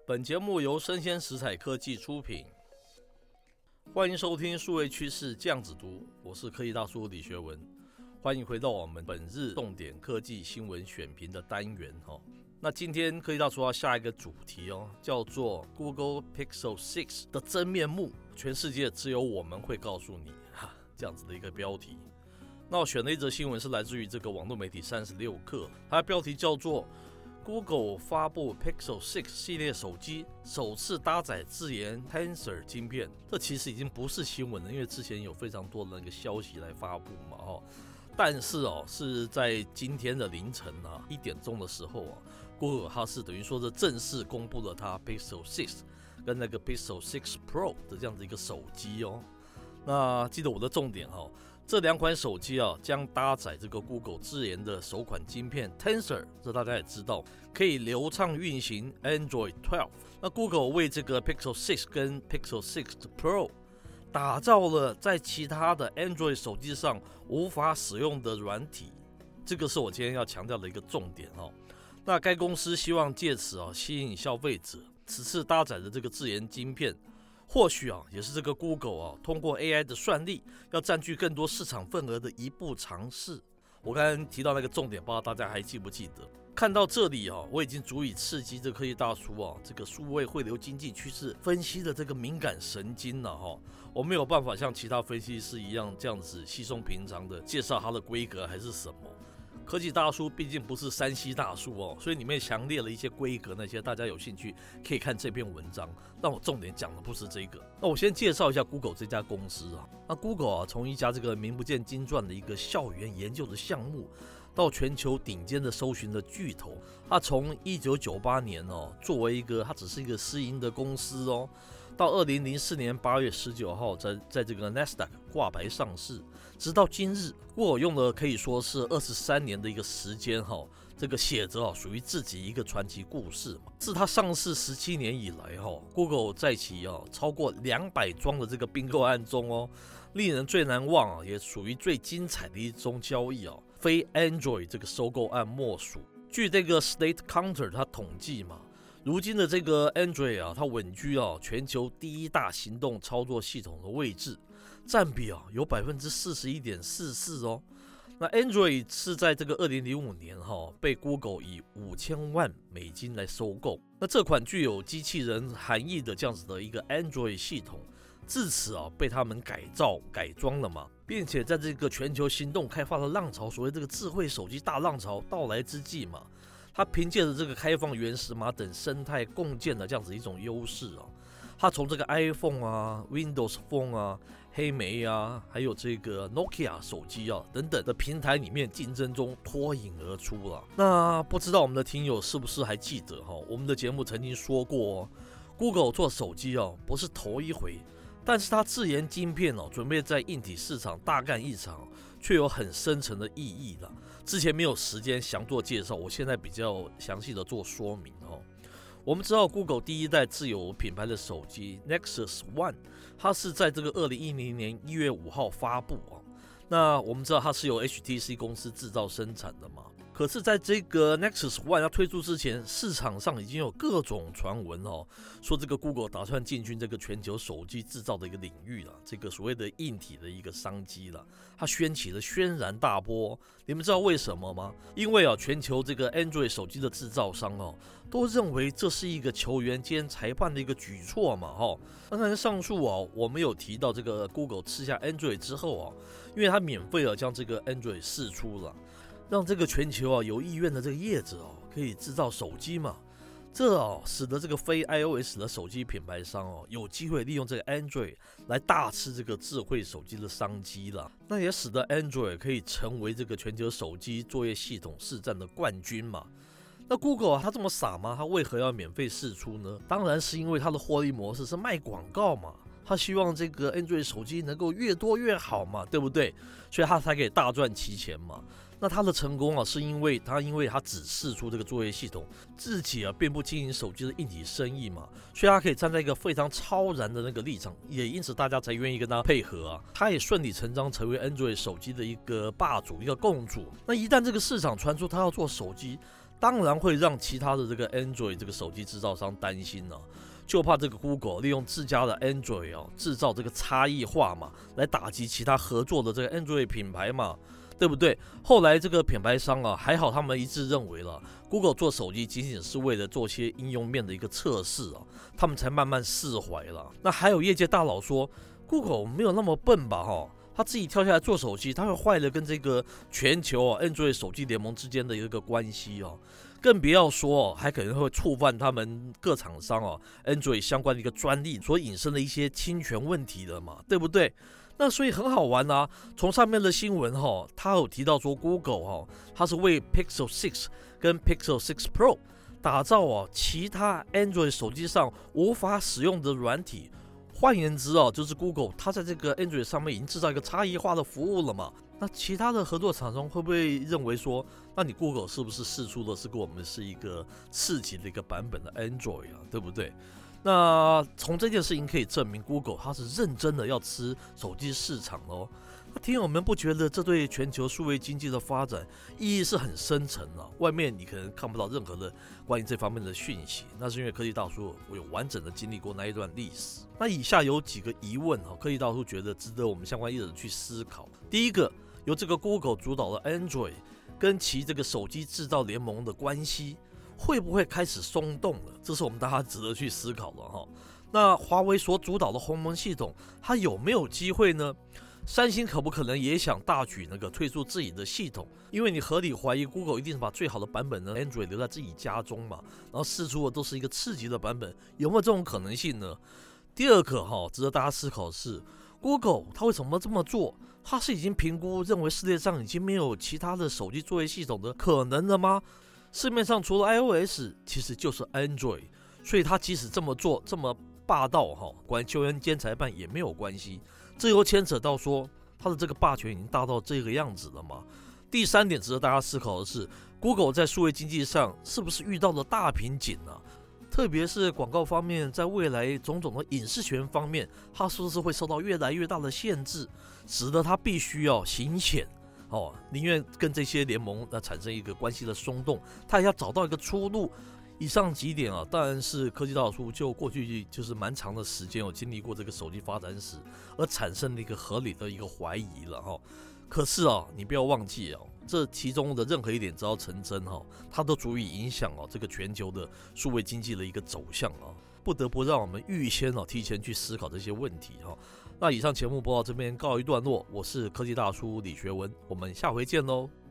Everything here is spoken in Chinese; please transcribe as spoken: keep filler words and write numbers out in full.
本节目由生鲜食材科技出品，欢迎收听数位趋势酱子读，我是科技大叔李学文，欢迎回到我们本日重点科技新闻选评的单元。那今天科技大叔要下一个主题哦，叫做 Google Pixel 六 的真面目，全世界只有我们会告诉你，哈，这样子的一个标题。那我选的一则新闻是来自于这个网络媒体三十六氪，它的标题叫做Google 发布 Pixel 六系列手机首次搭载自研 Tensor 晶片，这其实已经不是新闻了，因为之前有非常多的那个消息来发布嘛，哦，但是哦是在今天的凌晨啊一点钟的时候啊 ，Google 它是等于说是正式公布了它 Pixel 六跟那个 Pixel 六 Pro 的这样的一个手机哦。那记得我的重点哈、哦。这两款手机啊，将搭载这个 Google 自研的首款晶片 Tensor， 这大家也知道，可以流畅运行 Android 十二。那 Google 为这个 Pixel 六跟 Pixel 六 Pro 打造了在其他的 Android 手机上无法使用的软体，这个是我今天要强调的一个重点哦。那该公司希望借此啊吸引消费者，此次搭载的这个自研晶片。或许啊，也是这个 Google 啊，通过 A I 的算力，要占据更多市场份额的一步尝试。我刚刚提到那个重点，不知道大家还记不记得？看到这里啊，我已经足以刺激这科技大叔啊，这个数位汇流经济趋势分析的这个敏感神经了、啊、哈。我没有办法像其他分析师一样这样子稀松平常的介绍它的规格还是什么。科技大叔毕竟不是山西大叔哦，所以里面详列了一些规格，那些大家有兴趣可以看这篇文章。但我重点讲的不是这个。那我先介绍一下 Google 这家公司啊。那 Google 啊，从一家这个名不见经传的一个校园研究的项目，到全球顶尖的搜寻的巨头，它从一九九八年哦，作为一个它只是一个私营的公司哦。到二零零四年八月十九号在，在这个 Nasdaq 挂牌上市，直到今日 ，Google 用了可以说是二十三年的一个时间哈，这个写着属于自己一个传奇故事嘛。自它上市十七年以来哈 ，Google 在其啊超过两百桩的这个并购案中哦，令人最难忘啊，也属于最精彩的一宗交易啊，非 Android 这个收购案莫属。据这个 State Counter 它统计嘛。如今的这个 Android 啊，它稳居啊全球第一大行动操作系统的位置，占比啊有 百分之四十一点四四 哦。那 Android 是在这个二零零五年哈、哦、被 Google 以五千万美金来收购。那这款具有机器人含义的这样子的一个 Android 系统，自此啊被他们改造改装了嘛，并且在这个全球行动开发的浪潮，所谓这个智慧手机大浪潮到来之际嘛。它凭借着这个开放原始码等生态共建的这样子一种优势啊，它从这个 iPhone 啊、Windows Phone 啊、黑莓啊，还有这个 Nokia 手机啊等等的平台里面竞争中脱颖而出了。那不知道我们的听友是不是还记得哈？我们的节目曾经说过、哦、，Google 做手机哦不是头一回，但是它自研晶片哦准备在硬体市场大干一场，却有很深层的意义了。之前没有时间详做介绍，我现在比较详细的做说明哦。我们知道 Google 第一代自有品牌的手机 Nexus One， 它是在这个二零一零年一月五号发布啊。那我们知道它是由 H T C 公司制造生产的嘛。可是在这个 Nexus One 要推出之前，市场上已经有各种传闻哦，说这个 Google 打算进军这个全球手机制造的一个领域了，这个所谓的硬体的一个商机了，它掀起了轩然大波。你们知道为什么吗？因为啊，全球这个 Android 手机的制造商哦，都认为这是一个球员兼裁判的一个举措嘛，哈。当然上述啊，我们有提到这个 Google 吃下 Android 之后啊，因为它免费啊将这个 Android 释出了。让这个全球啊有意愿的这个业者哦，可以制造手机嘛，这哦使得这个非 iOS 的手机品牌商哦有机会利用这个 Android 来大吃这个智慧手机的商机了。那也使得 Android 可以成为这个全球手机作业系统市占的冠军嘛。那 Google 啊，它这么傻吗？它为何要免费释出呢？当然是因为它的获利模式是卖广告嘛。他希望这个 Android 手机能够越多越好嘛，对不对？所以他才可以大赚其钱嘛。那他的成功啊，是因为他因为他只释出这个作业系统，自己啊并不经营手机的硬体生意嘛，所以他可以站在一个非常超然的那个立场，也因此大家才愿意跟他配合啊。他也顺理成章成为 Android 手机的一个霸主，一个共主。那一旦这个市场传出他要做手机， 当然会让其他的这个 Android 这个手机制造商担心了、啊，就怕这个 Google 利用自家的 Android 啊制造这个差异化嘛，来打击其他合作的这个 Android 品牌嘛，对不对？后来这个品牌商啊，还好他们一致认为了 Google 做手机仅仅是为了做些应用面的一个测试啊，他们才慢慢释怀了。那还有业界大佬说 ，Google 没有那么笨吧？哈。他自己跳下来做手机，他会坏了跟这个全球啊 Android 手机联盟之间的一个关系哦，更不要说哦，还可能会触犯他们各厂商哦 Android 相关的一个专利所引申的一些侵权问题了嘛，对不对？那所以很好玩啊，从上面的新闻哈、哦，他有提到说 Google 哈、哦，它是为 Pixel 六跟 Pixel 六 Pro 打造哦其他 Android 手机上无法使用的软体。换言之哦，就是 Google 它在这个 Android 上面已经制造一个差异化的服务了嘛？那其他的合作厂商会不会认为说，那你 Google 是不是释出的是给我们是一个次级的一个版本的 Android 啊？对不对？那从这件事情可以证明 Google 它是认真的要吃手机市场哦。那听友们不觉得这对全球数位经济的发展意义是很深沉啊？外面你可能看不到任何的关于这方面的讯息，那是因为科技大叔我有完整的经历过那一段历史。那以下有几个疑问啊，科技大叔觉得值得我们相关业者去思考。第一个，由这个 Google 主导的 Android 跟其这个手机制造联盟的关系会不会开始松动了？这是我们大家值得去思考的哈。那华为所主导的鸿蒙系统，它有没有机会呢？三星可不可能也想大举那个退出自己的系统？因为你合理怀疑 Google 一定是把最好的版本的 Android 留在自己家中嘛，然后释出的都是一个次级的版本，有没有这种可能性呢？第二个哈，值得大家思考的是 Google 它为什么这么做？它是已经评估认为世界上已经没有其他的手机作业系统的可能了吗？市面上除了 iOS 其实就是 Android， 所以它即使这么做这么霸道哈，管球员兼裁判也没有关系。这又牵扯到说它的这个霸权已经大到这个样子了嘛。第三点值得大家思考的是 Google 在数位经济上是不是遇到了大瓶颈啊？特别是广告方面，在未来种种的隐私权方面，它是不是会受到越来越大的限制，使得它必须要行险哦，宁愿跟这些联盟那产生一个关系的松动，它也要找到一个出路。以上几点啊，当然是科技大叔就过去就是蛮长的时间有经历过这个手机发展史，而产生的一个合理的一个怀疑了哈。可是啊，你不要忘记啊，这其中的任何一点只要成真哈，它都足以影响啊这个全球的数位经济的一个走向啊，不得不让我们预先啊提前去思考这些问题哈。那以上节目播到这边告一段落，我是科技大叔李学文，我们下回见喽。